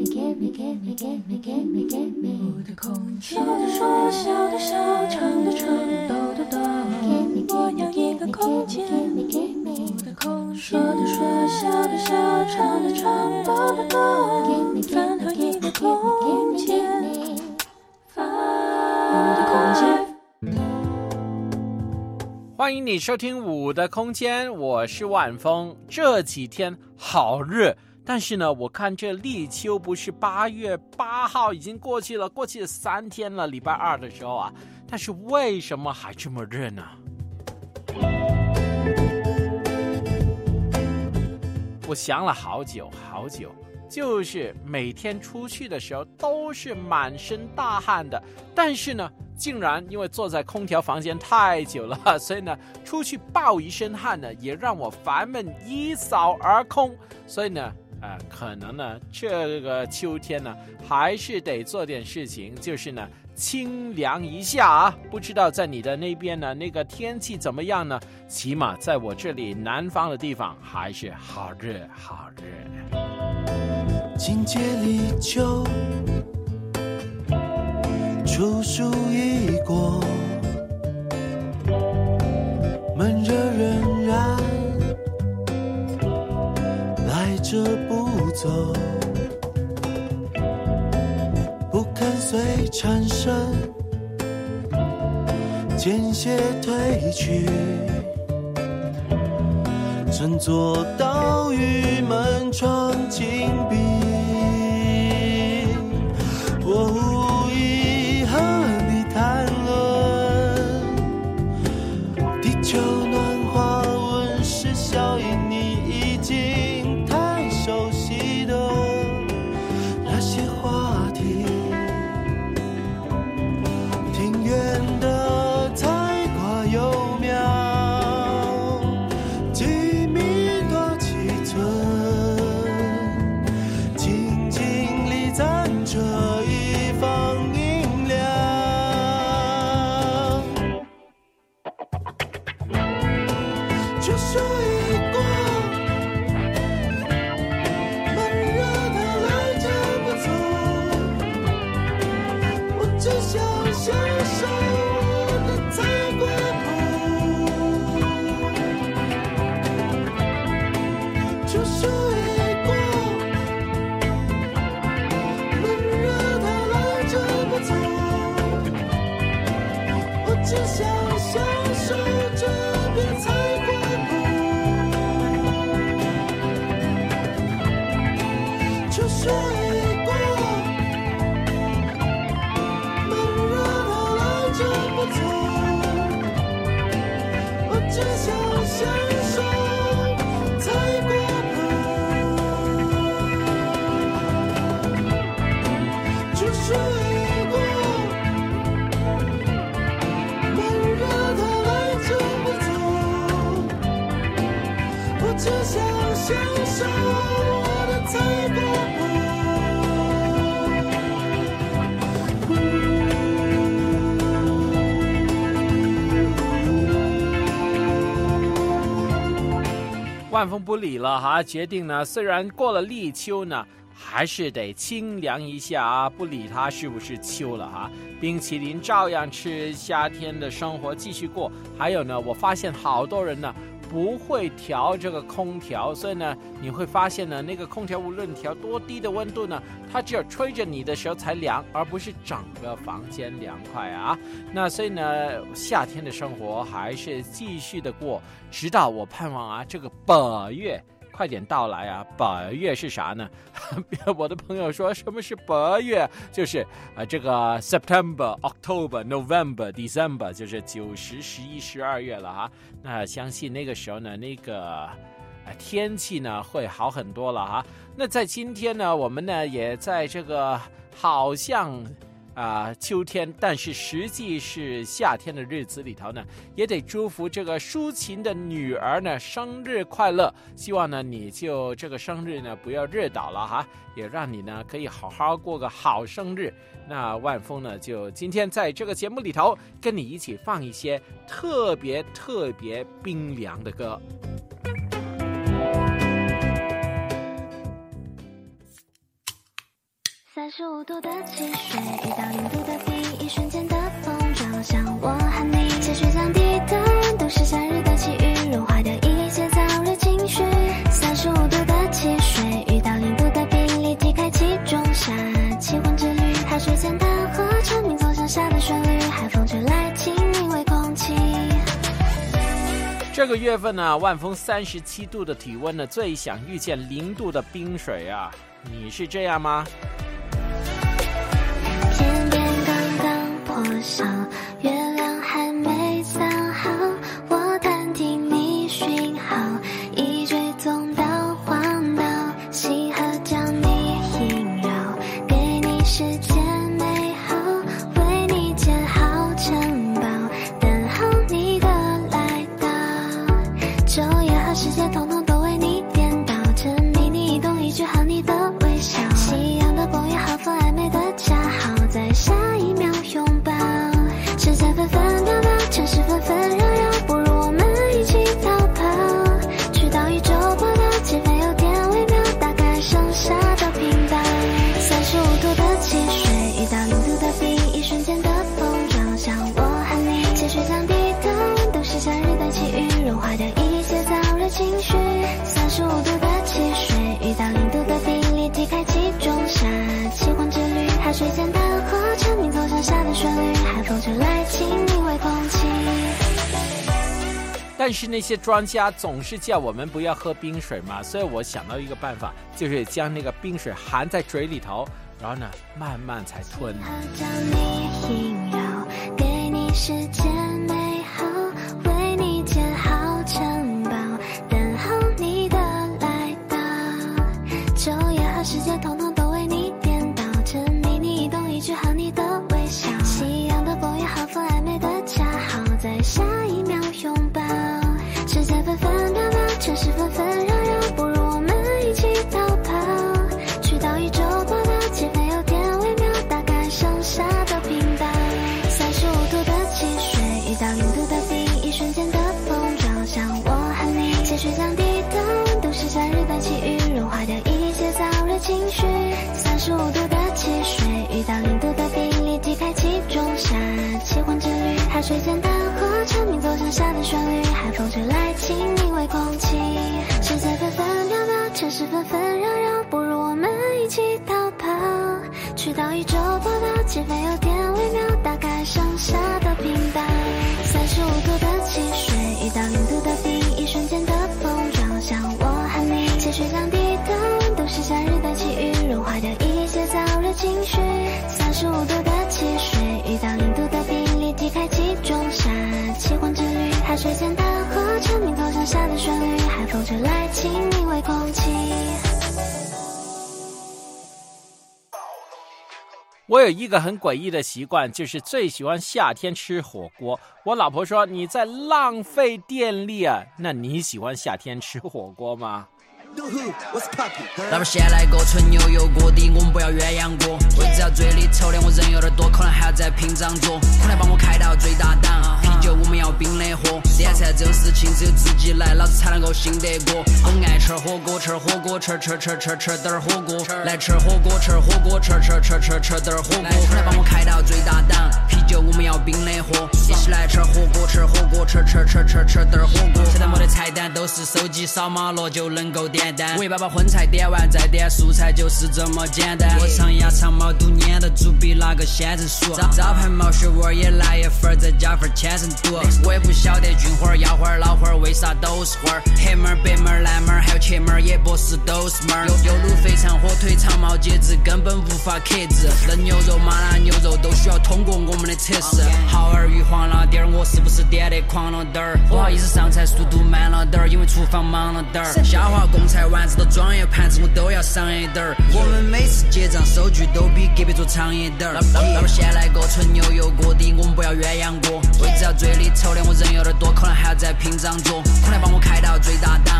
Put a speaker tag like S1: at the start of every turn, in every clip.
S1: 我的空间，说的说，笑的笑，唱的唱，抖的抖，我要一个空间。我的空间，说的说，笑的笑，唱的唱，抖的抖，饭后一个空间，我的空间。
S2: 欢迎你收听我的空间，我是万峰。这几天好热，但是呢，我看这立秋不是8月8号已经过去了3天了，礼拜二的时候啊，但是为什么还这么热呢？我想了好久，就是每天出去的时候都是满身大汗的，但是呢，竟然因为坐在空调房间太久了，所以呢，出去爆一身汗呢，也让我烦闷一扫而空。所以呢，可能呢，这个秋天呢，还是得做点事情，就是呢，清凉一下啊。不知道在你的那边呢，那个天气怎么样呢？起码在我这里南方的地方还是好热好热。
S3: 情节里秋，处暑已过，闷热仍然来者不走，不肯随蝉声间歇退去，乘坐岛屿门窗紧闭，我无意和你谈论地球暖化温室效应，你已经太熟悉的那些话题，庭院的菜瓜幼苗几米多几寸，静静地站着一方阴凉，就说一过，闷热的来者不走，我只想享受我的菜瓜布，就说一过，闷热的来者不走，我只想享受这片菜瓜布，就说一过，闷热的来者不走，我只想享受菜瓜布，就说一过，闷热的来者不走，我只想享受我的菜瓜布。
S2: 万峰不理了哈，决定呢，虽然过了立秋呢，还是得清凉一下啊，不理它是不是秋了哈，冰淇淋照样吃，夏天的生活继续过。还有呢，我发现好多人呢不会调这个空调，所以呢，你会发现呢，那个空调无论调多低的温度呢，它只有吹着你的时候才凉，而不是整个房间凉快啊。那所以呢，夏天的生活还是继续的过，直到我盼望啊，这个8月快点到来啊！8月是啥呢？我的朋友说什么是8月？就是这个 September、October、November、December， 就是9、10、11、12月了哈。那相信那个时候呢，那个天气呢会好很多了哈。那在今天呢，我们呢也在这个好像秋天，但是实际是夏天的日子里头呢，也得祝福这个抒情的女儿呢生日快乐。希望呢你就这个生日呢不要热倒了哈，也让你呢可以好好过个好生日。那万峰呢就今天在这个节目里头跟你一起放一些特别冰凉的歌。
S1: 35度的汽水遇到0度的冰，一瞬间的碰撞，像我和你持续降低的温度是夏日的气雨，融化掉一些燥热情绪。35度的汽水遇到0度的冰，立即开启仲夏气温之旅，海水间淡和蝉鸣奏响下的旋律，海风吹来轻盈微空气。
S2: 这个月份呢，万峰37度的体温呢，最想遇见0度的冰水啊！你是这样吗？
S1: 天边刚刚破晓，月亮还没散好，我探听你讯号，一追踪到荒岛，溪河将你萦绕，给你世界美好，为你建好城堡，等候你的来到，昼夜和世界统统都为你颠倒，沉迷你移动一句好你的微笑，夕阳的波也好风暧昧的恰好，在下一秒拥抱，世界纷纷渺渺，城市纷纷扰扰，不如我们一起逃跑，去到宇宙波涛，气氛有点微妙，大概剩下的频道。35度的汽水遇到0度的冰，一瞬间的碰撞，像我和你持续降低的温度是夏日的气雨，融化掉一些燥热情绪。35度的汽水遇到0度的冰，立即开启仲夏气温之旅，海水间淡和蝉鸣奏响下的旋律，海风吹来轻盈微空气。
S2: 但是那些专家总是叫我们不要喝冰水嘛，所以我想到一个办法，就是将那个冰水含在嘴里头，然后呢慢慢才吞。
S1: 将你萦绕，给你世界美好，为你建好城堡，等候你的来到，昼夜和世界统统都为你颠倒，沉迷你移动一句好你的微笑，夕阳的波也好风暧昧的恰好，在下一秒拥抱，世界纷纷渺渺，城市纷纷扰扰，不如我们一起逃跑，去到宇宙波涛，气氛有点微妙，大概剩下的频道。35度的汽水遇到0度的冰，一瞬间的碰撞，像我和你持续降低的温度是夏日的气雨，融化掉一些燥热情绪。35度的汽水遇到0度的冰，立即开启仲夏气温之旅，海水间淡和蝉鸣奏响下的旋律，海风吹来轻盈微空气。世界纷纷渺渺，城市纷纷扰扰，不如我们一起逃跑，去到宇宙波涛，气氛有点微妙，大概剩下的频道。35度的汽水遇到0度的冰，一瞬间的碰撞，像我和你持续降低的温度是夏日的气雨，融化掉一些燥热情绪。35度的汽水遇到0度的冰，立即开启仲夏气温之旅，海水间淡和蝉鸣奏响下的旋律，海风吹来轻盈微空气。
S2: 我有一个很诡异的习惯，就是最喜欢夏天吃火锅。我老婆说你在浪费电力啊，那你喜欢夏天吃火锅吗？
S4: 老板先来个纯牛油锅底，我们不要鸳鸯锅。位置要嘴里臭的，我人有点多，可能还要再拼张桌。可能帮我开到最大档，啤酒我们要冰的喝。点菜这种事情只有自己来，老子才能够信得过。我爱吃火锅，吃火锅，吃点儿火锅。来吃火锅，吃火锅，吃点儿火锅。可能帮我开到最大档，啤酒我们要冰的喝。一起来吃火锅，吃火锅，吃点儿火锅。现在没得菜单，都是手机扫码了就能够点。我一般把荤菜点完再点素菜，就是这么简单。我尝鸭肠毛肚撵的煮比哪个先成熟，招牌毛血味也来一份，再加份千层肚。我也不晓得菌花腰花老花为啥都是花，黑门白门蓝门还有切门也不是都是门。有卤肥肠火腿肠毛节子根本无法克制，嫩牛肉麻辣牛肉都需要通过我们的测试。耗儿鱼黄了点儿，我是不是点得狂了点儿？不好意思上菜速度慢了点儿，因为厨房忙了点儿。虾滑贡菜丸子的装一盘子我都要上一点儿，我们每次结账收据都比隔壁桌长一点儿。老板先来个纯牛油锅底，我们不要鸳鸯锅。位置要嘴里臭的，我人有点多，可能还要再拼张桌。可能帮我开到最大档，啤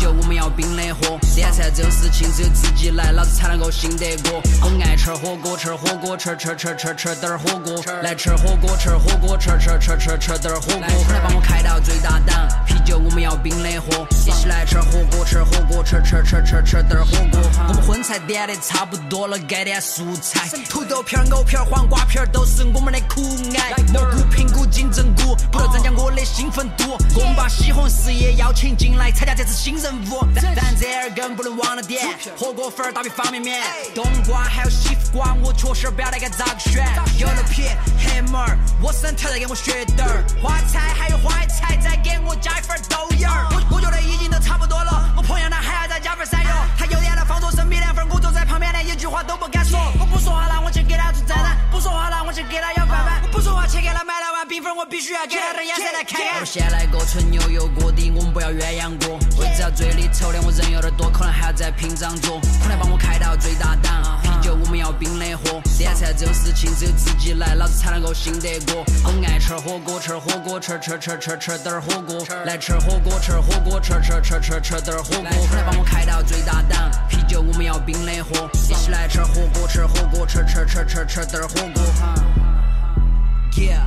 S4: 酒我们要冰的喝，点菜这种事情只有自己来，老子才能够信得过。我爱吃火锅，吃火锅，吃点火锅，来吃火锅，吃火锅，吃点火锅。来帮我开到最大档，啤酒我们要冰的喝，一起来吃火锅，吃火锅，吃点火锅。我们荤菜点的差不多了，该点蔬菜，土豆片、藕片、黄瓜片都是我们的苦爱。蘑菇、苹果、金针菇，不能增加我的兴奋度。我们把西红柿也邀请进来参加这次新任务。但这儿更不能忘了点，火锅粉打比方便面，冬瓜还有西服瓜，我确实不晓得该咋个选。有了皮、黑木耳，我生特再给我削点儿，花菜还有花菜，再给我加一份豆芽儿。我觉得已经都差不多了，我朋友呢还要再加份山药，他有点了放左身边两份，我坐在旁边连一句话都不敢说。我不说话了，我去给他做赞赞；不说话了，我去给他要饭饭；我不说话，去给他买了碗冰粉，我必须要给他的眼神来看看。先来个纯牛油锅底，我们不要鸳鸯锅。位置要嘴里抽的，我人有点多，可能还要再拼张桌。可能帮我开到最大档，啤酒我们要冰的喝。点菜这种事情只有自己来，老子才能够信得过。我爱吃火锅，吃火锅，吃点火锅。来吃火锅，吃火锅，吃点火锅。可能帮我开到最大档，啤酒我们要冰的喝。一起来吃火锅，吃火锅，吃点火锅。Yeah，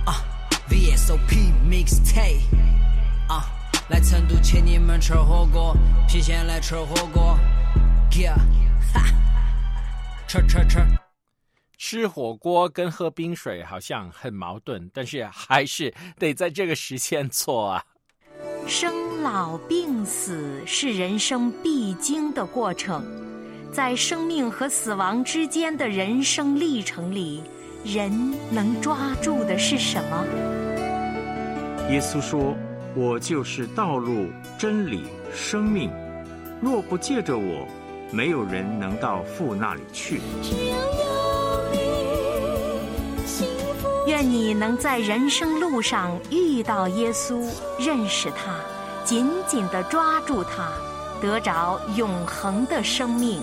S4: VSOP mixtape， 来成都请你们吃火锅，郫县来吃火锅。Yeah， 哈，吃。
S2: 吃火锅跟喝冰水好像很矛盾，但是还是得在这个时间做啊。
S5: 生老病死是人生必经的过程，在生命和死亡之间的人生历程里，人能抓住的是什么？
S6: 耶稣说：“我就是道路、真理、生命，若不借着我，没有人能到父那里去。”
S5: 愿你能在人生路上遇到耶稣，认识他，紧紧地抓住他，得着永恒的生命。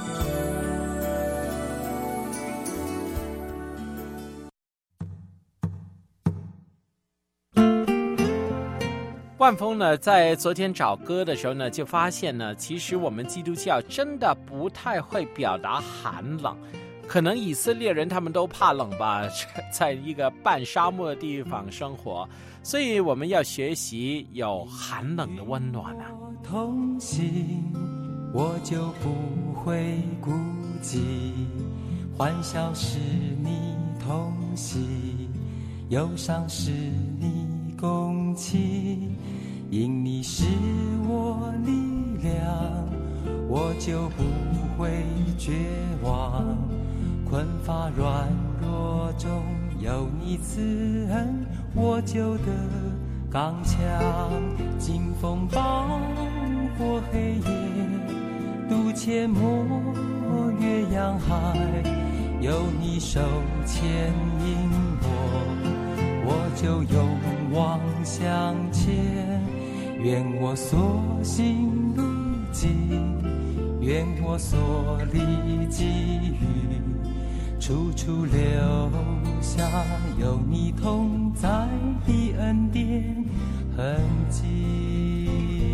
S2: 万峰呢，在昨天找歌的时候呢，就发现呢，其实我们基督教真的不太会表达寒冷。可能以色列人他们都怕冷吧，在一个半沙漠的地方生活，所以我们要学习有寒冷的温暖啊。
S3: 同行，我就不会孤寂，欢笑是你同喜，忧伤是你共泣，因你是我力量，我就不会绝望。困乏软弱中有你慈恩，我就得刚强。经风暴过黑夜，渡阡陌越洋海，有你手牵引我就勇往向前。愿我所行路径，愿我所立给予，处处留下有你同在的恩典痕迹。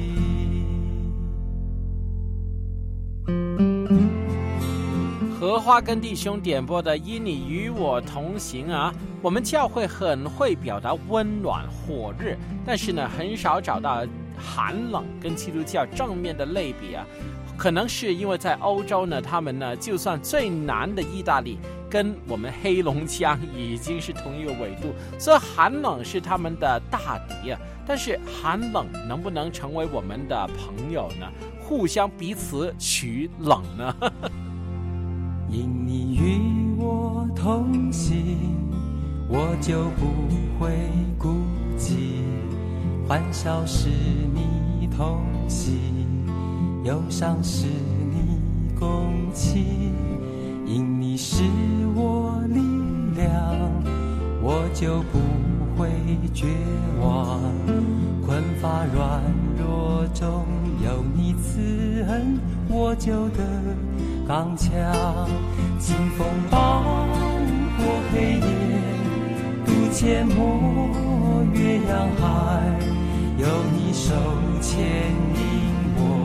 S2: 荷花跟弟兄点播的因你与我同行啊，我们教会很会表达温暖火热，但是呢很少找到寒冷跟基督教正面的类比啊。可能是因为在欧洲呢，他们呢就算最南的意大利跟我们黑龙江已经是同一个纬度，所以寒冷是他们的大敌啊。但是寒冷能不能成为我们的朋友呢？互相彼此取冷呢？
S3: 因你与我同行，我就不会孤寂，欢笑是你同喜，忧伤是你共泣，因你是我力量，我就不会绝望。困乏软弱中有你慈恩，我就得刚强。经风暴过黑夜，渡阡陌越洋海，有你手牵引我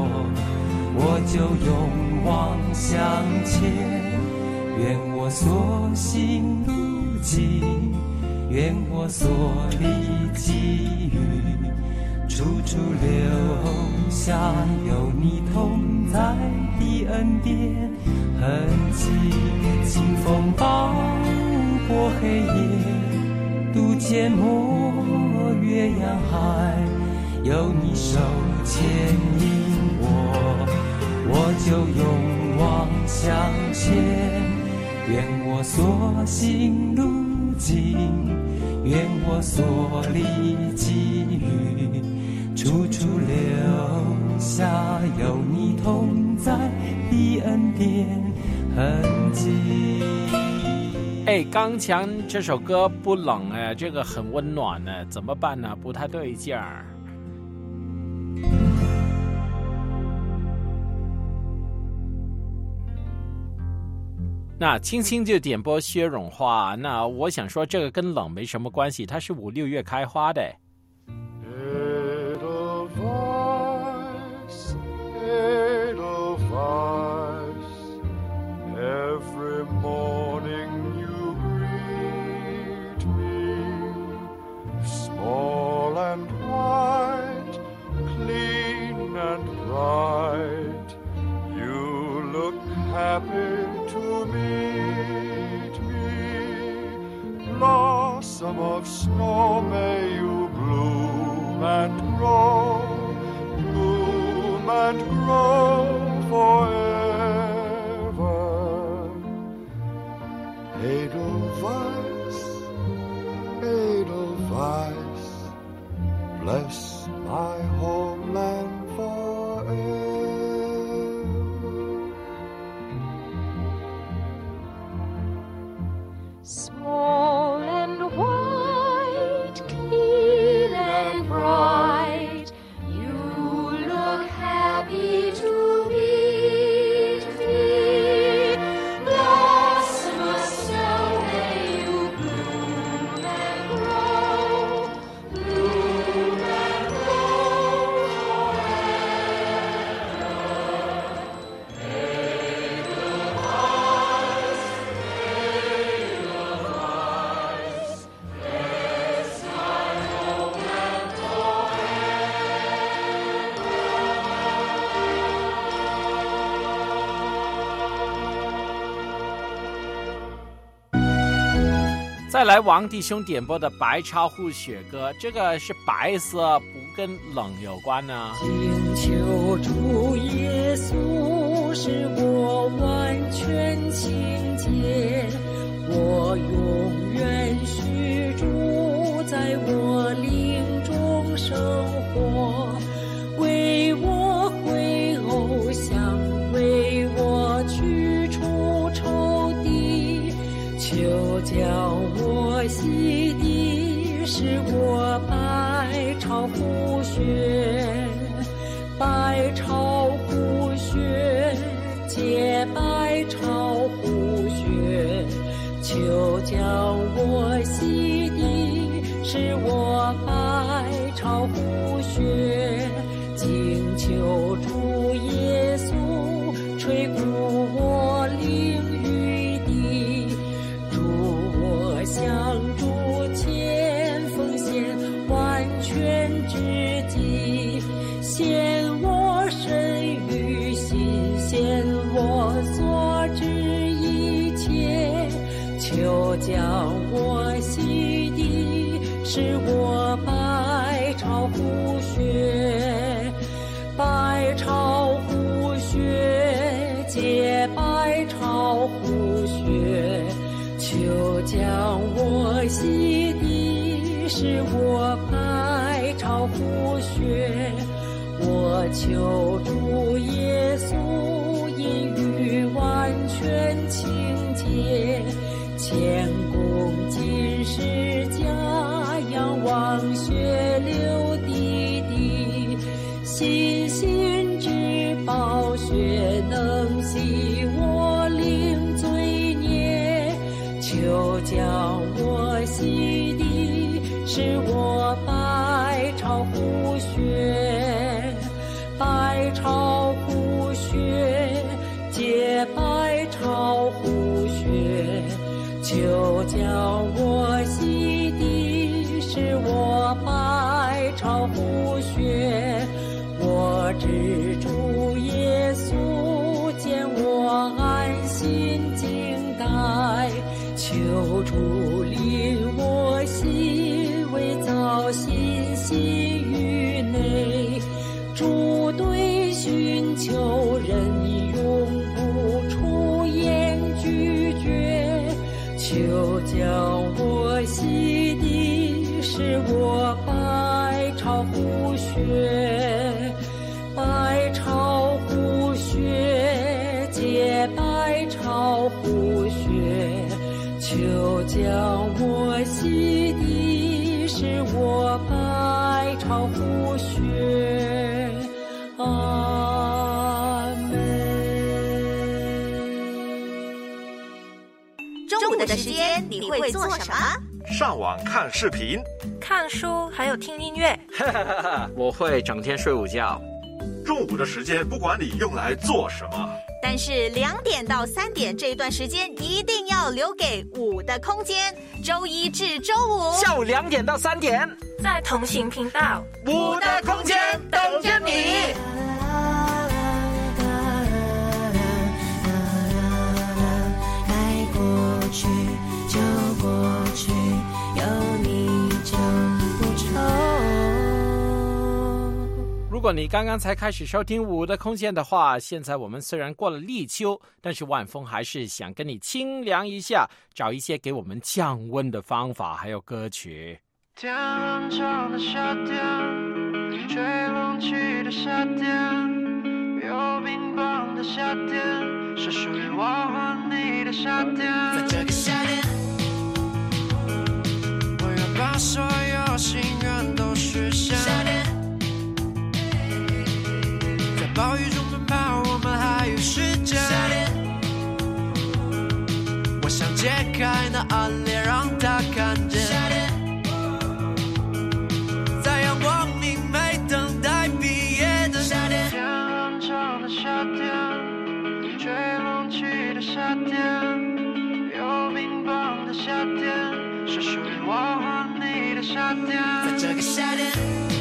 S3: 我就勇往向前。愿我所行路径，愿我所历际遇，处处留下有你同在的恩典痕迹。清风暴过黑夜，渡阡陌越洋海，有你手牵引我就勇往向前。愿我所行路径，愿我所历际遇，处处留下有你同在的恩典痕迹。
S2: 刚强这首歌不冷这个很温暖呢，怎么办呢？不太对劲儿。那青青就点播雪绒花，那我想说这个跟冷没什么关系，它是5、6月开花的。
S7: Every morning you greet me, small and white, clean and bright. You look happy to meet me. Blossom of snow, may you bloom and grow forever. Edelweiss, bless my homeland forever.
S1: Small and white, clean and bright, you look happy to meet me. Blossom of snow, may you bloom and grow
S2: 再来王弟兄点播的白超护雪歌，这个是白色，不跟冷有关呢。
S8: 请求主耶稣使我完全清洁，我永远许主在我灵中生活，为我毁偶像，为我去除仇敌，求叫我洗涤，使我白超乎雪，白超乎雪，洁白超乎雪，求叫我洗涤，使我白超乎雪，请求主耶稣吹鼓我灵雨滴，主我向主前奉献完全之己，献我身与心，献我所知一切，求将我洗涤，使我白超乎雪，白超乎雪，洁白超乎雪，求将我洗涤，使我白超乎雪。我求主耶稣因雨完全清洁，前功尽是家，仰望血流滴滴，信心之宝血能洗我灵罪孽，求将我洗涤，使我白超乎雪，白超乎雪， 求叫我洗涤，使我百朝不血。我只主耶稣，见我安心静待。求主领我心，为造信心于内。主对寻求人永不出言拒绝。求将我洗涤，使我百朝不血。百朝不血，洁百朝不血。求将我洗涤，使我百朝不血。阿门。
S5: 中午的时间你会做什么？
S9: 上网看视频、
S10: 看书，还有听音乐。
S2: 我会整天睡午觉。
S9: 中午的时间不管你用来做什么，
S5: 但是2点到3点这一段时间一定要留给舞的空间。周一至周五
S2: 下午2点到3点，
S10: 在同行频道
S2: 舞的空间等着你。
S1: 爱过去就过去，有你就不愁。
S2: 如果你刚刚才开始收听舞的空间的话，现在我们虽然过了立秋，但是万峰还是想跟你清凉一下，找一些给我们降温的方法还有歌曲。
S11: 天很长的夏天，吹冷气的夏天，有冰棒的夏天，是属于我和你的夏天。在这个夏天，我要把所有心愿都实现。夏天，在暴雨中奔跑，我们还有时间。夏天，我想解开那暗恋，让他看见。夏天，在阳光明媚等待毕业的夏天。天很长的夏天，吹冷气的夏天，有冰棒的夏天，是属于我和你的夏天。在这个夏天，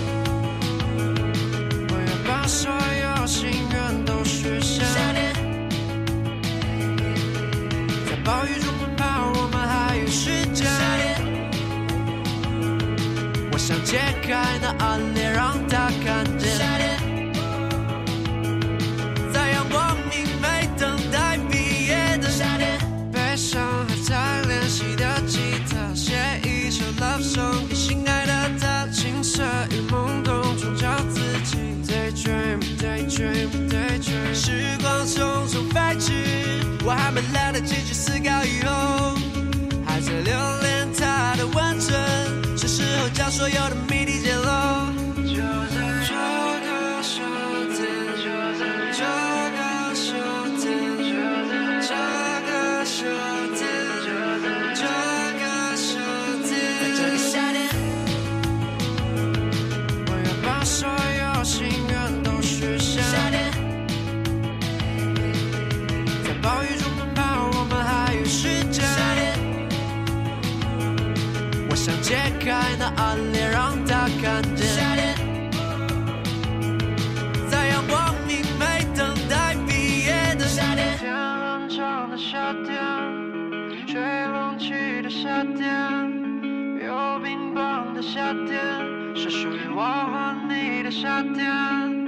S11: 我要把所有心愿都实现。夏天，在暴雨中奔跑，我们还有时间。夏天，我想解开那暗恋，让他看见。夏天，在阳光明媚等待毕业的夏天。悲伤还在练习的吉他，写一首 love song 给心爱的他。青涩与懵懂中找自己 Daydream Daydream Daydream。 时光匆匆飞去，我还没来得及去思考以后，还在留恋他的温存，是时候将所有的谜底揭露。就在这个夏天，就在这个夏天，就在这个夏天，就在这个夏天，在这个夏天，我要把所有心愿都实现。夏天，在暴雨中奔跑，我们还有时间。夏天，我想解开那暗恋，让他看见。夏天，在阳光明媚等待毕业的夏天。天很长的夏天，吹冷气的夏天，有冰棒的夏天，是属于我和你的夏天。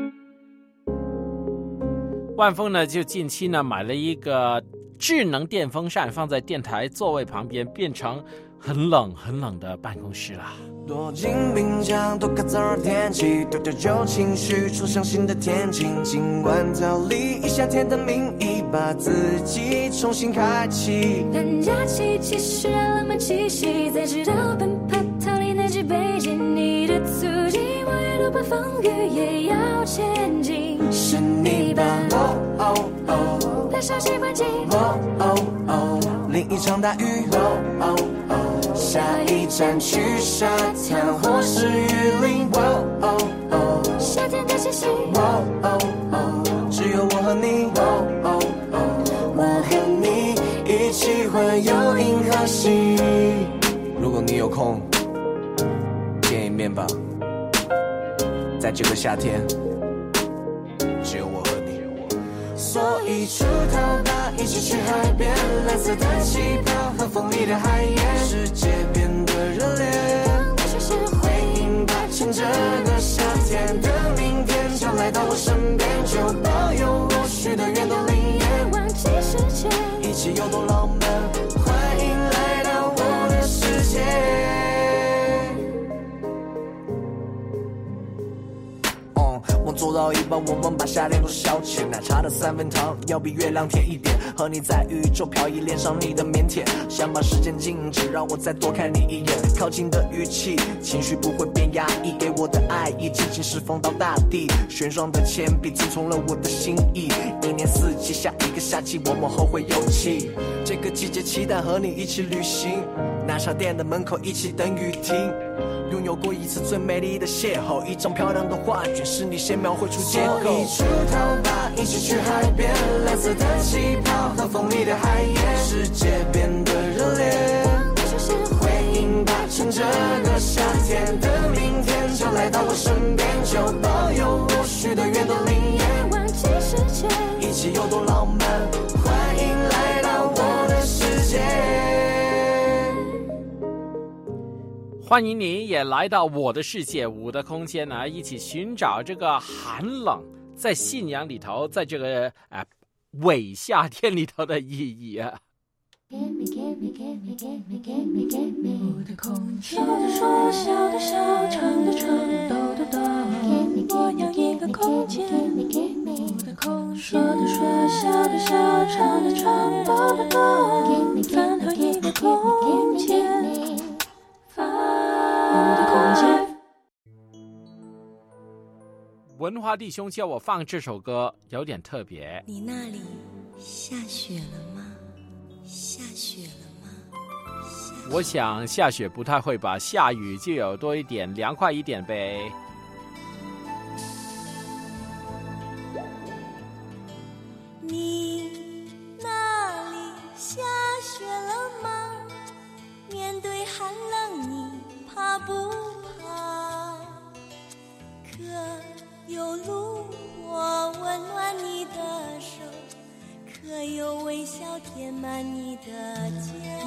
S2: 万峰呢就近期呢买了一个智能电风扇，放在电台座位旁边，变成很冷很冷的办公室啦。
S11: 躲进冰箱，多看燥热天气，丢掉旧情绪，冲向新的天晴。尽管逃离以夏天的名义，把自己重新开启。
S1: 但假期其实浪漫气息，在直到奔跑逃离那只背景，你的足迹，我一路暴风雨也要前进。
S11: 是你吧？哦哦哦，
S1: 带上习惯剂。
S11: 哦哦哦，淋一场大雨。哦哦哦，下一站去沙滩或是雨林。哦哦哦，
S1: 夏天的气息。
S11: 哦哦哦，只有我和你。哦哦哦，我和你一起
S12: 会有银河系。如果你有空，见一面吧。在这个夏天，只有我和你。所以出逃吧，一起去海边，蓝色的气泡和锋利的海盐，世界变得热烈。回应吧，趁这个夏天的明天，就来到我身边，就保佑我许的愿都灵验。忘记时间，一起有多浪漫，欢迎来到我的世界。梦做到一半，我们把夏天都消遣，奶茶的3分糖要比月亮甜一点，和你在宇宙漂移，恋上你的腼腆，想把时间静止，让我再多看你一眼。靠近的语气，情绪不会变压抑，给我的爱意尽情释放到大地。旋转的铅笔刺痛了我的心意，一年四季，下一个夏季我们后会有期。这个季节期待和你一起旅行，奶茶店的门口一起等雨停。拥有过一次最美丽的邂逅，一张漂亮的画卷是你先描绘出结构。所以出逃吧，一起去海边，蓝色的气泡和锋利的海盐，世界变得热烈。回应吧，趁这个夏天的明天，就来到我身边，就保佑我许的愿都灵验。忘记时间，一起有多浪漫，欢迎来到我的世界。
S2: 欢迎你也来到我的世界，我的空间呢，一起寻找这个寒冷在信仰里头，在这个伪夏天里头的意义啊。
S1: 我的空间，说的说，笑的笑，唱的唱，抖的抖，我要一个空间。我的空，说的说，笑的笑，唱的唱，抖的抖，饭后一个空间。
S2: 文华弟兄叫我放这首歌，有点特别。
S13: 你那里下雪了吗？下雪了吗？
S2: 我想下雪不太会吧，下雨就有多一点凉快一点呗。
S13: 你那里下雪了吗？面对寒冷你怕不怕？可有炉火温暖你的手，可有微笑填满你的家？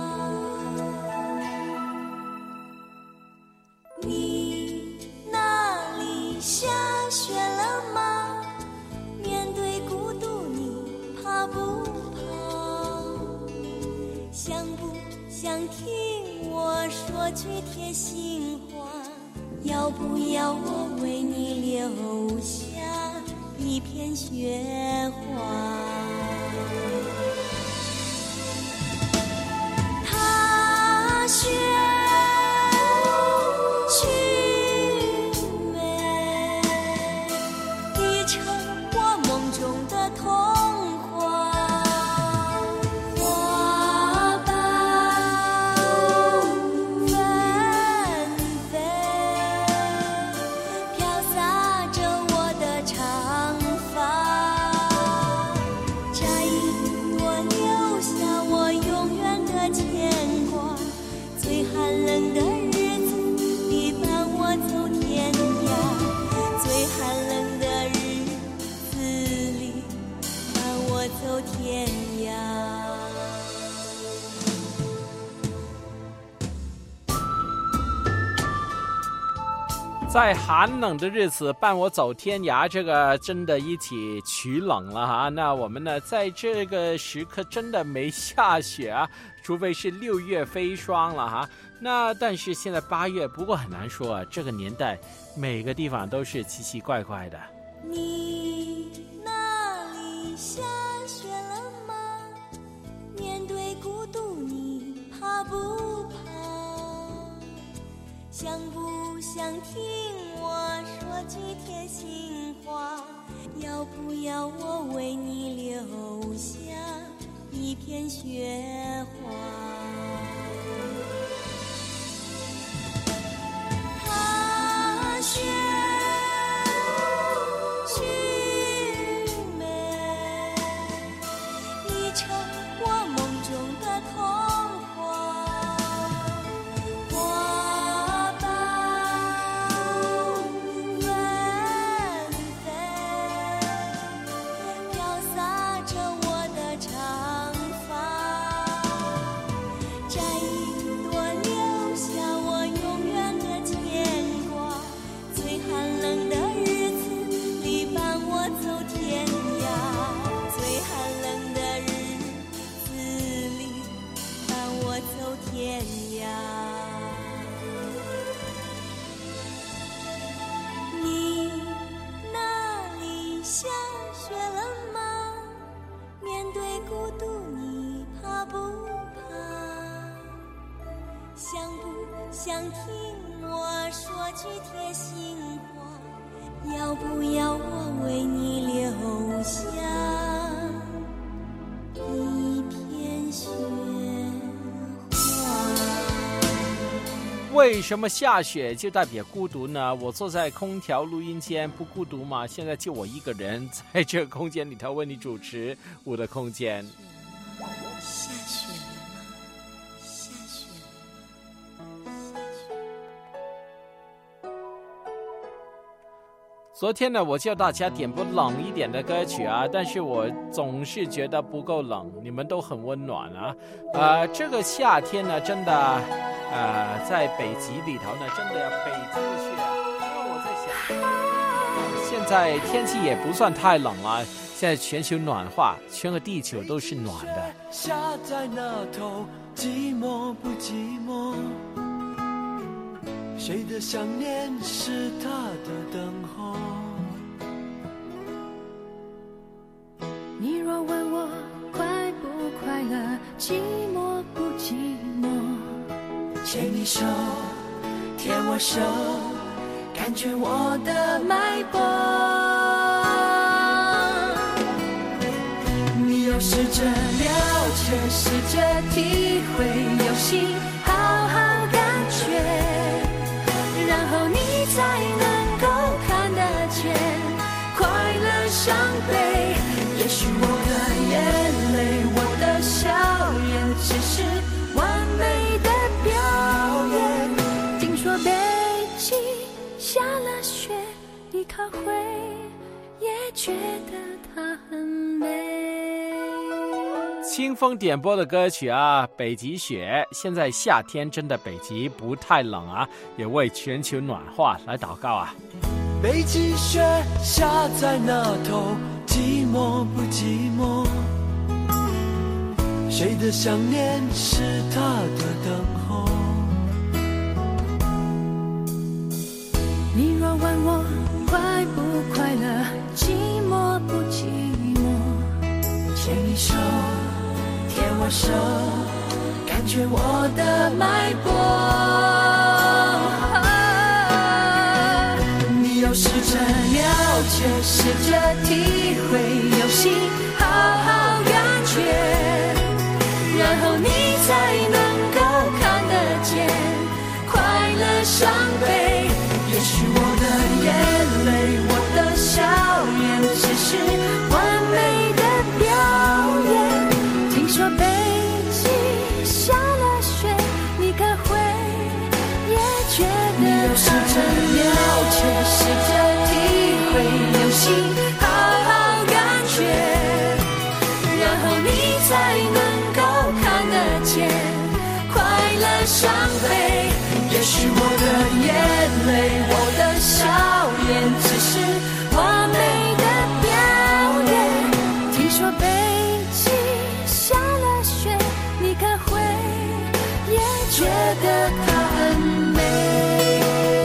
S13: 你那里下雪了吗？面对孤独你怕不怕？想不想听我说句贴心话？要不要我为你留下一片雪花？踏雪去美，已成我梦中的童话。花瓣纷飞，飘洒着我的长发，摘一朵留下我永远的牵挂。最寒冷的日子里伴我走天涯，最寒冷的日子里伴我走天涯。
S2: 在寒冷的日子伴我走天涯，这个真的一起取冷了哈。那我们呢，在这个时刻真的没下雪啊，除非是6月飞霜了哈。那但是现在8月，不过很难说啊，这个年代每个地方都是奇奇怪怪的。
S13: 你那里下雪了吗？面对孤独你怕不怕？想不想听我说句贴心话？要不要我为你留下一片雪花？踏雪去美，已成我梦中的想听我说句贴心话，要不要我为你留下一片雪花？
S2: 为什么下雪就代表孤独呢？我坐在空调录音间不孤独吗？现在就我一个人在这个空间里头为你主持我的空间。
S13: 下雪了吗？下雪了吗？下雪了。
S2: 昨天呢，我叫大家点播冷一点的歌曲啊，但是我总是觉得不够冷，你们都很温暖啊。这个夏天呢，真的，在北极里头呢，真的要北极的雪。那我在想，现在天气也不算太冷了，现在全球暖化，全个地球都是暖的。
S11: 下在那头，寂寞不寂寞？谁的想念是他的等候？
S1: 你若问我快不快乐，寂寞不寂寞？
S11: 牵你手，牵我手，感觉我的脉搏。你要试着了解，试着体会，有心好好感觉，然后你才能够看得见快乐伤悲。也许我的眼泪，我的笑颜，只是完美的表演。
S1: 听说北极下了雪，你可会也觉得它很美？
S2: 清风点播的歌曲啊，北极雪。现在夏天真的北极不太冷啊，也为全球暖化来祷告啊。
S11: 北极雪下在那头，寂寞不寂寞？谁的想念是他的等候？
S1: 你若问我快不快乐，寂寞不寂寞？
S11: 牵你手，牵我手，感觉我的脉搏。你要试着了解，试着体会，有心好好感觉，然后你才能够看得见快乐伤悲。也许我的眼泪，我的笑颜，只是完美的表演。
S1: 听说北极下了雪，你可会也觉得
S11: 你要试着了解，试着体会，有心好好感觉，然后你才能够看得见快乐伤悲。也许我的眼泪，我的笑颜，只是完美的表演。
S1: 听说北极下了雪，你可会也觉得它很美？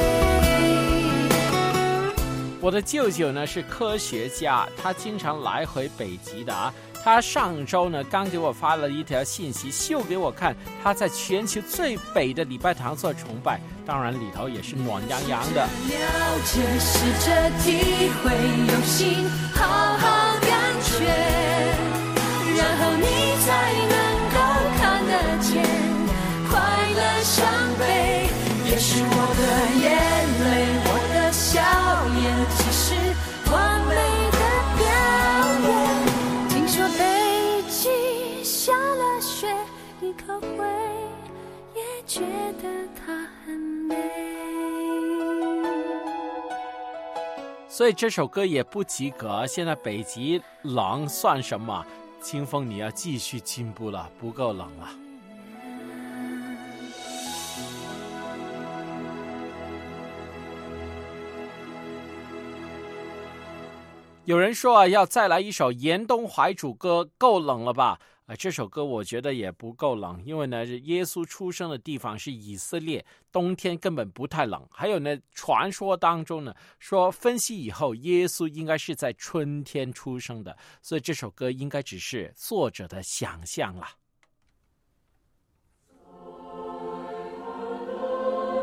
S2: 我的舅舅呢是科学家，他经常来回北极的啊。他上周呢刚给我发了一条信息，秀给我看他在全球最北的礼拜堂做崇拜，当然里头也是暖洋洋的。
S11: 了解，试着体会，有心好好感觉，然后你才能够看得见快乐伤悲。也许我的眼泪，我的笑颜，只是完美的表演。
S1: 听说北极下了雪，你可会也觉得它很美？
S2: 所以这首歌也不及格。现在北极冷算什么？清风，你要继续进步了，不够冷了。有人说啊，要再来一首严冬怀主歌，够冷了吧？这首歌我觉得也不够冷，因为呢，耶稣出生的地方是以色列，冬天根本不太冷。还有呢，传说当中呢，说分析以后，耶稣应该是在春天出生的，所以这首歌应该只是作者的想象了。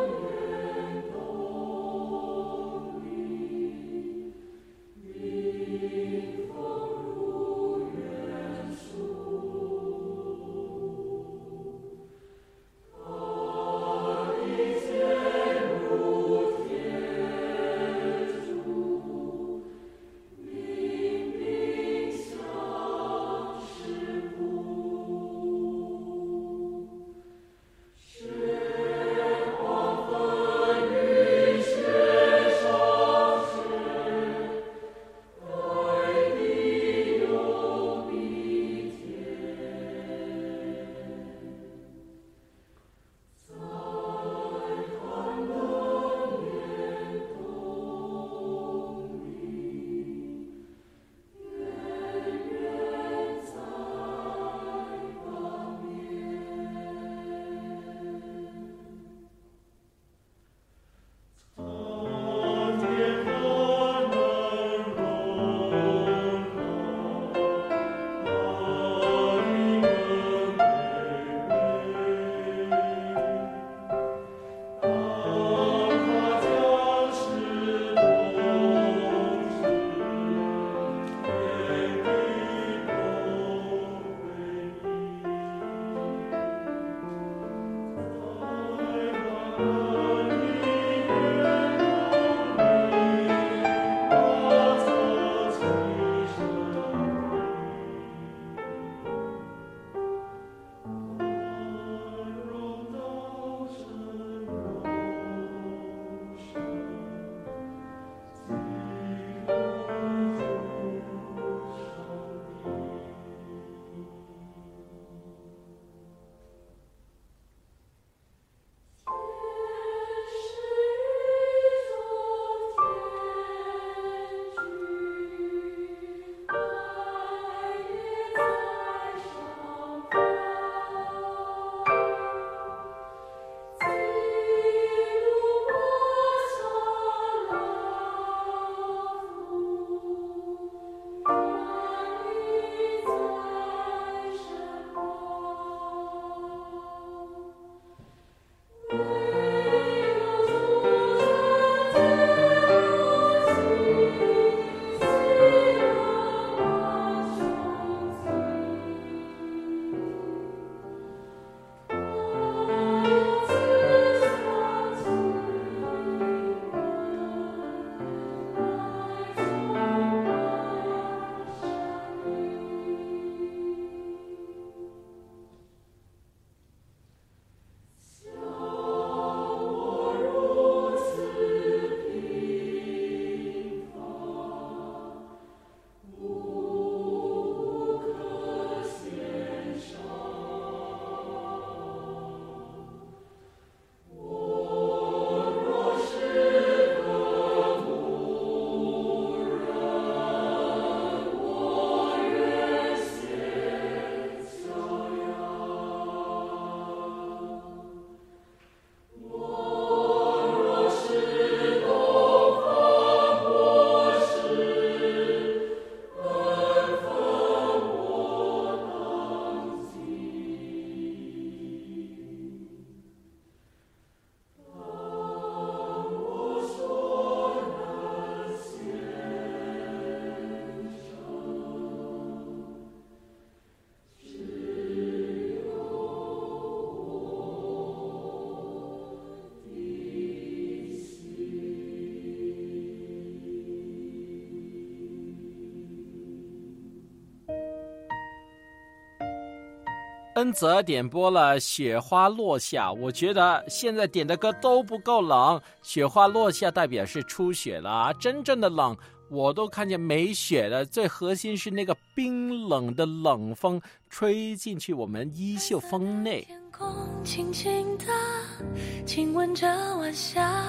S2: 恩泽点播了雪花落下，我觉得现在点的歌都不够冷，雪花落下代表是初雪了，真正的冷我都看见没雪了，最核心是那个冰冷的冷风吹进去我们衣袖风内。
S1: 天空轻轻的亲吻着晚霞，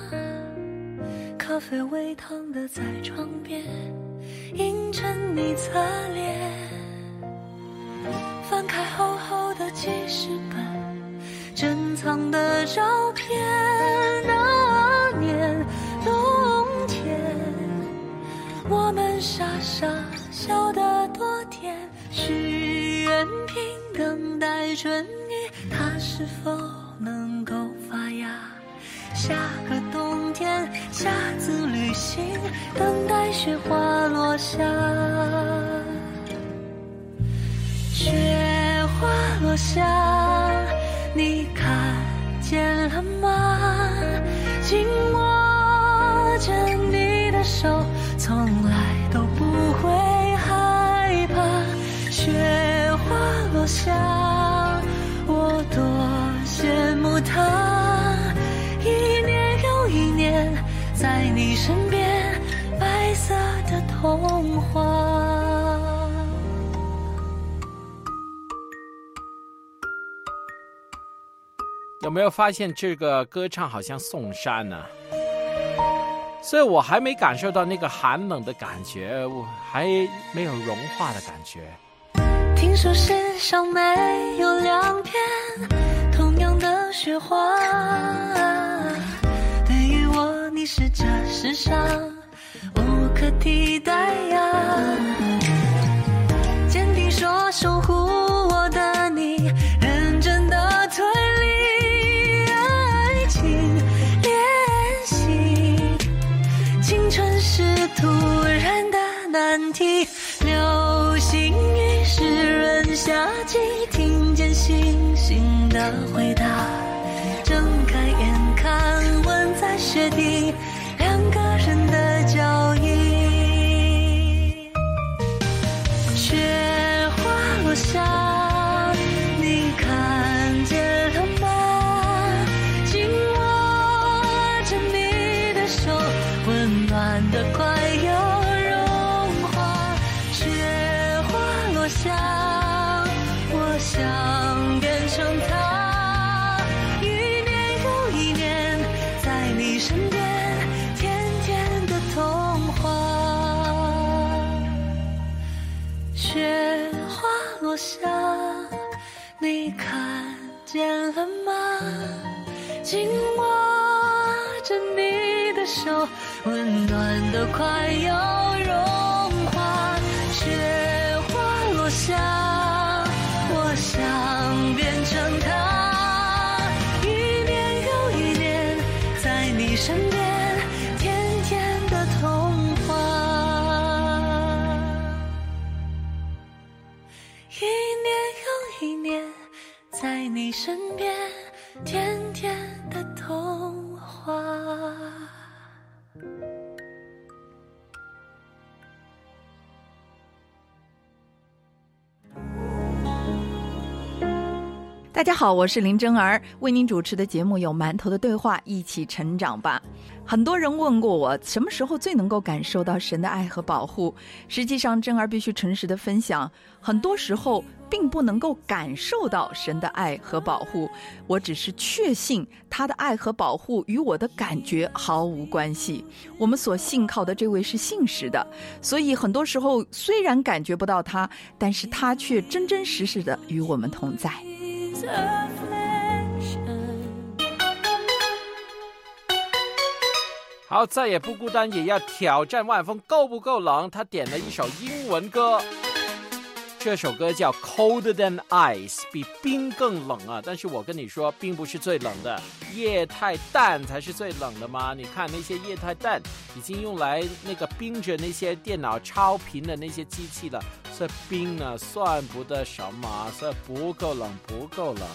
S1: 咖啡微烫的在床边映衬你侧脸，翻开厚厚的记事本，珍藏的照片。那年冬天，我们傻傻笑得多甜，许愿瓶等待春雨，它是否能够发芽？下个冬天，下次旅行，等待雪花落下。雪花落下，你看见了吗？紧握着你的手，从来都不会害怕。雪花落下，我多羡慕它，一年又一年，在你身边，白色的童话。
S2: 有没有发现这个歌唱好像宋山呢？所以我还没感受到那个寒冷的感觉，我还没有融化的感觉。
S1: 听说世上没有两片同样的雪花，对于我你是这世上无可替代呀。坚定说守护我的你，认真的推理爱情练习，青春是突然的难题，流星雨湿润夏季，听见星星的回答，睁开眼看吻在雪地，两个人的脚印。雪花落下，你看见了吗？紧握着你的手，温暖的快要融化。雪花落下，我想变成它，一年又一年，在你身边，甜甜的童话。雪花落下，你看见了吗？紧握着你的手，温暖的快要融化。雪花落下，我想变成它，一年又一年，在你身边，甜甜的童话。一年又一年，在你身边，甜甜的童话。
S14: 大家好，我是林真儿，为您主持的节目有馒头的对话，一起成长吧。很多人问过我，什么时候最能够感受到神的爱和保护？实际上，真儿必须诚实的分享，很多时候并不能够感受到神的爱和保护，我只是确信他的爱和保护与我的感觉毫无关系。我们所信靠的这位是信实的，所以很多时候虽然感觉不到他，但是他却真真实实的与我们同在。
S2: 好，再也不孤单，也要挑战万峰，够不够冷？他点了一首英文歌，这首歌叫 Colder Than Ice， 比冰更冷啊！但是我跟你说，冰不是最冷的，液态氮才是最冷的嘛！你看那些液态氮已经用来那个冰着那些电脑超频的那些机器了，所以冰呢算不得什么，所以不够冷，不够冷。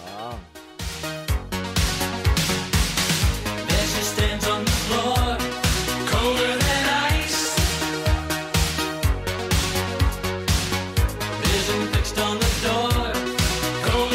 S15: Stands on the floor, colder than ice. Vision fixed on the door, colder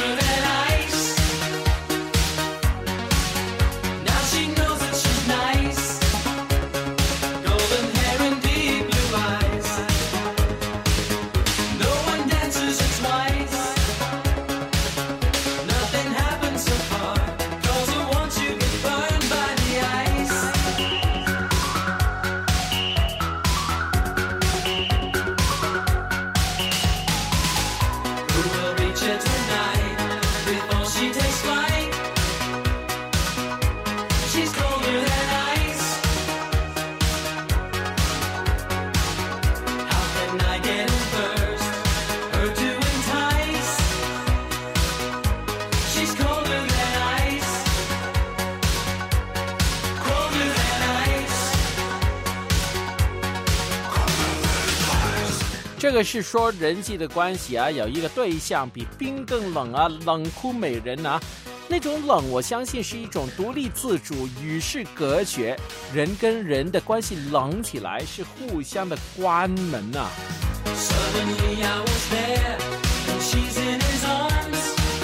S2: 这个是说人际的关系啊，有一个对象比冰更冷啊，冷酷美人啊，那种冷我相信是一种独立自主，与世隔绝，人跟人的关系冷起来是互相的关门啊。
S15: Suddenly I was there and she's in his arms,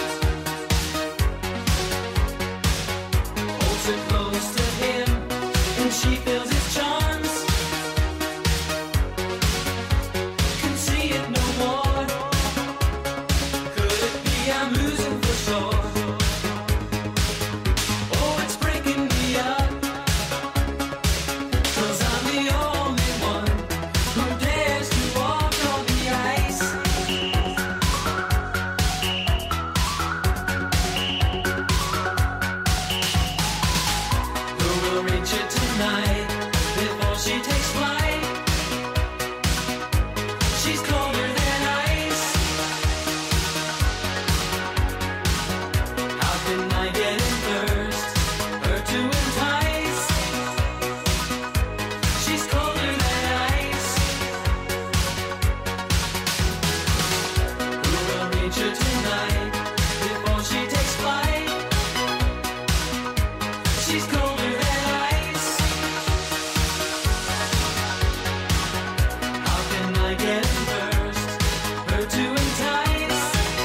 S15: holds her close to him and she feels his charms, can see it no more, could it be I'm losing for sure, oh it's breaking me up, 'cause I'm the only one who dares to walk on the ice. Who will reach it tonight before she takes flight? She's colder than ice. How can I get in first? Her to entice. She's colder than ice. Who will reach her tonight before she takes flight? She's colder than ice. How can I get in first? Her to entice.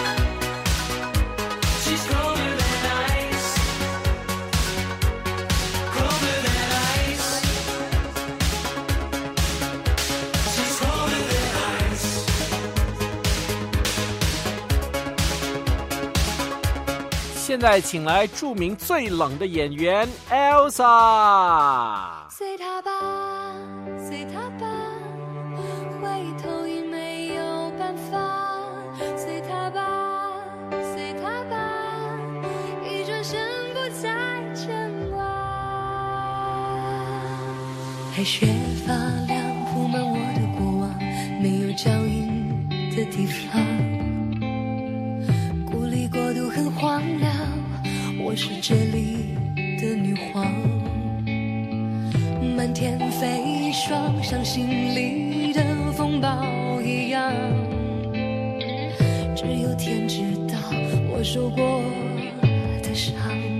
S15: She's colder than ice. Colder than ice. She's colder than ice.
S2: 现在请来著名最冷的演员 Elsa。
S1: 随他吧，随他吧，回头已没有办法。随他吧，随他吧，一转身不再牵挂。海雪发亮，铺满我的过往，没有脚印的地方。孤立国度很荒凉，我是这里的女皇。满天飞霜，像心里的风暴一样，只有天知道我受过的伤。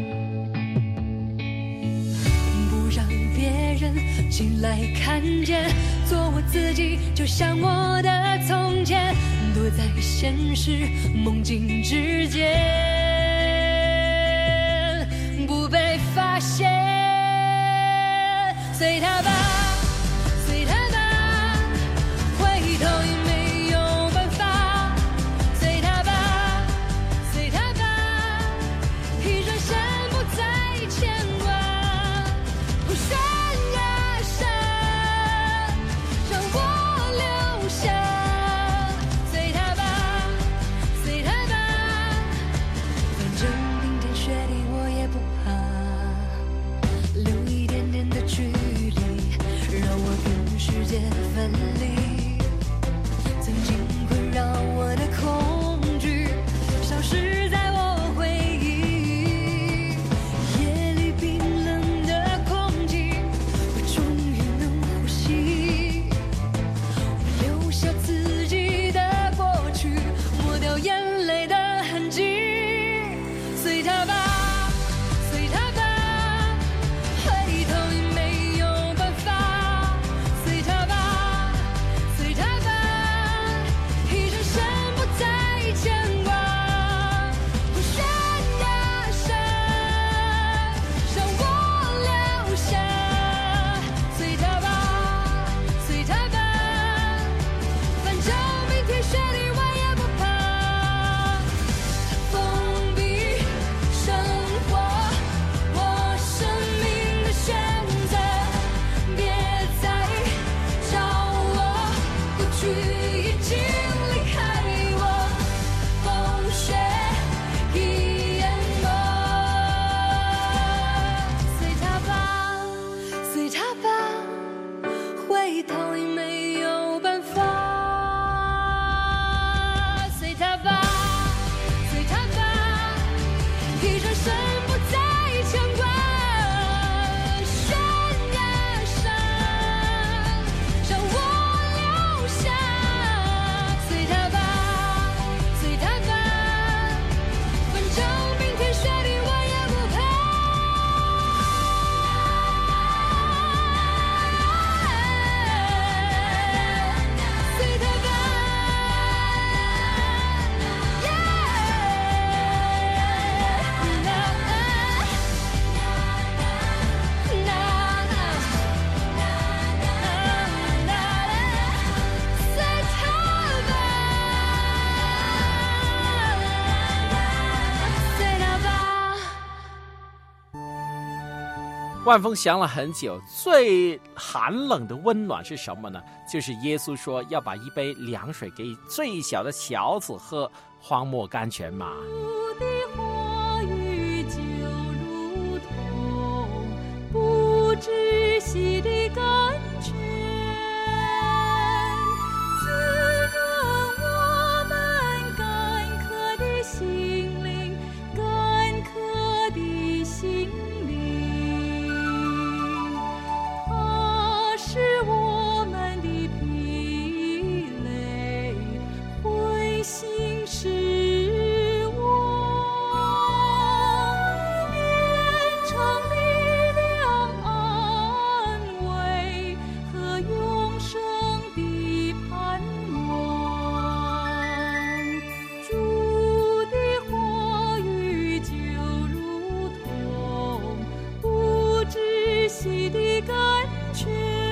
S1: 不让别人进来看见，做我自己，就像我的从前，躲在现实梦境之间，不被发现。随他吧，随他吧，回头已没有办法。随他吧，随他吧，一转身不再牵挂。不闪呀闪，让我留下。随他吧，随他吧，反正冰天雪地我也不怕。留一点点的距离，让我跟世界分离。曾经困扰我的恐惧，消失在我回忆。夜里冰冷的空气，我终于能呼吸。我留下自己的过去，抹掉眼泪的痕迹。随他吧，随他吧。回头已没有办法，随他吧，随他吧，一转身不再牵挂。不闪呀闪，让我留下。随他吧，随他吧，反正冰天雪地我也不怕。封闭生活，我生命的选择，别再找我，过去已经离开我，风雪已淹没。随他吧，随他吧，回头已没有办法。随他吧，随他吧，一转身不再牵挂。闪呀闪，让我留下。
S2: 万峰想了很久，最寒冷的温暖是什么呢？就是耶稣说要把一杯凉水给最小的小子喝，荒漠甘泉嘛。
S1: 主的话语就如同不止息的甘泉，滋润我们干渴的心灵，干渴的心灵。它使我们的疲累灰心使我变成力量安慰和永生的盼望。主的话语就如同不止息的甘泉，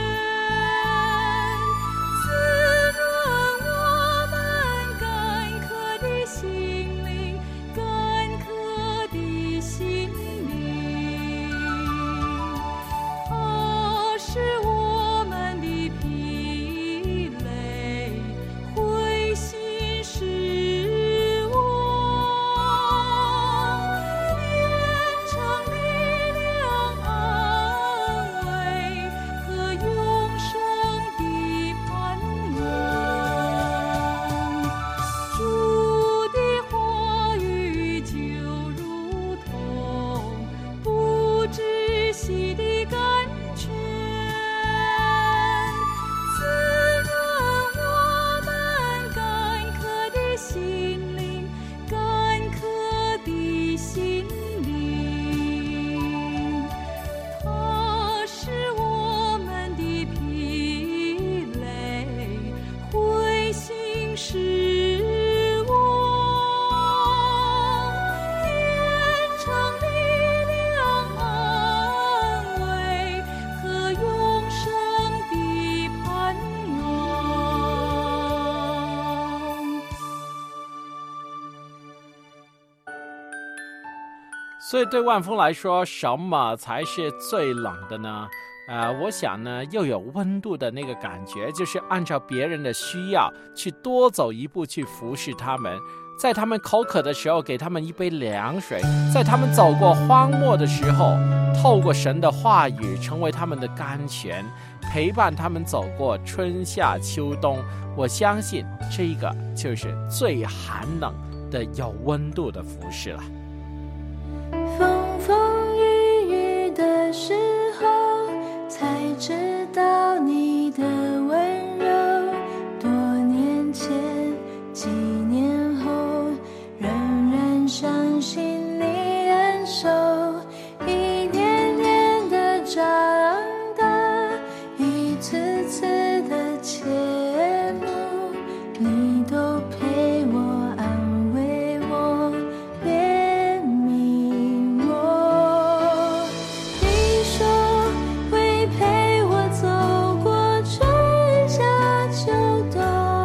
S1: 滋润我们干渴的心灵，干渴的心灵。它使我们的疲累灰心使我变成力量安慰和永生的盼望。主的话语就如同不止息的甘泉，滋润我们干渴的心灵，干渴的心灵。它使我们的疲累灰心使我变成力量安慰和永生的盼望。
S2: 所以对万峰来说，什么才是最冷的呢？我想呢，又有温度的那个感觉，就是按照别人的需要去多走一步，去服侍他们，在他们口渴的时候给他们一杯凉水，在他们走过荒漠的时候，透过神的话语成为他们的甘泉，陪伴他们走过春夏秋冬。我相信这个就是最寒冷的有温度的服侍了。
S1: 风风雨雨的时候，才知道你的温柔。多年前，几年后，仍然相信你恩手，一年年的长大，一次次的切慕，你都陪我安慰我。怜悯我，你说会陪我走过春夏秋冬，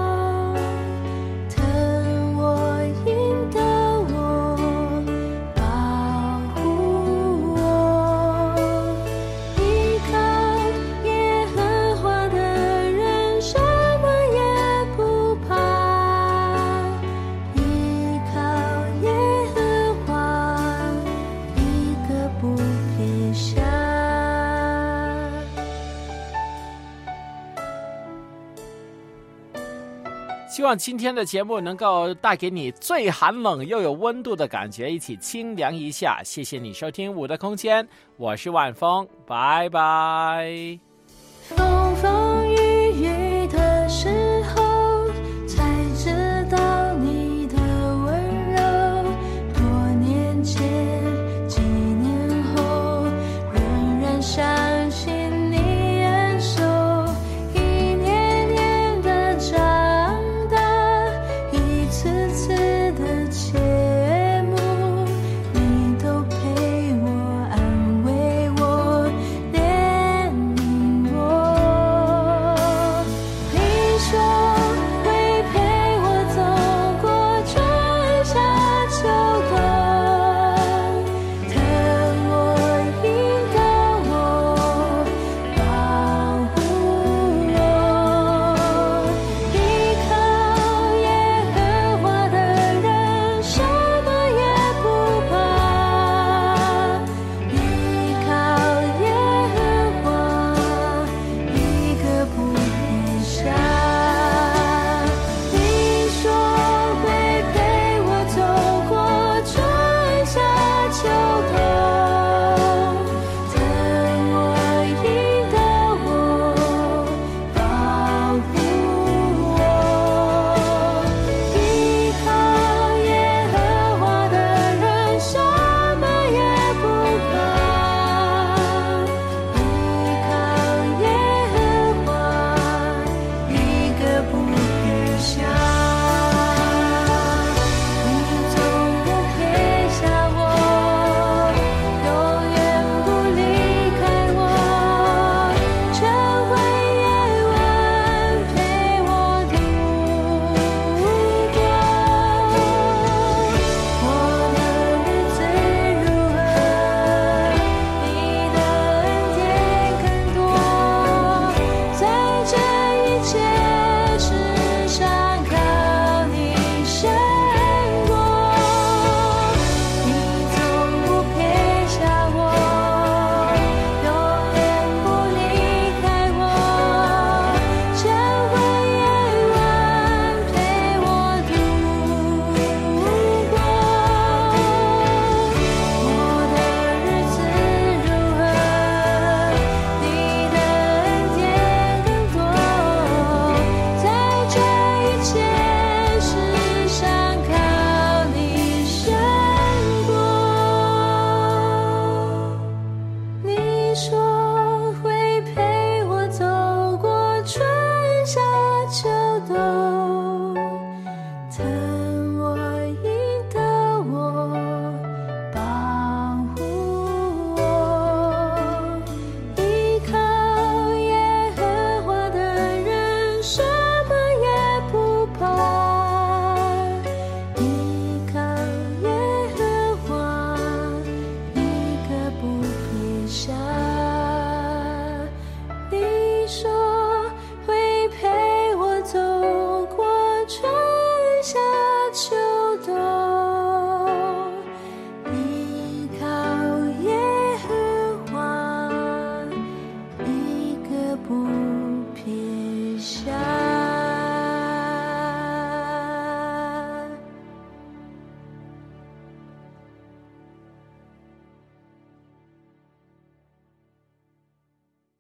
S1: 疼我引导我保护我，依靠耶和华的人什么也不怕，依靠耶和华一个不撇下。
S2: 希望今天的节目能够带给你最寒冷又有温度的感觉，一起清凉一下。谢谢你收听我的空间，我是万峰，拜拜。
S1: 风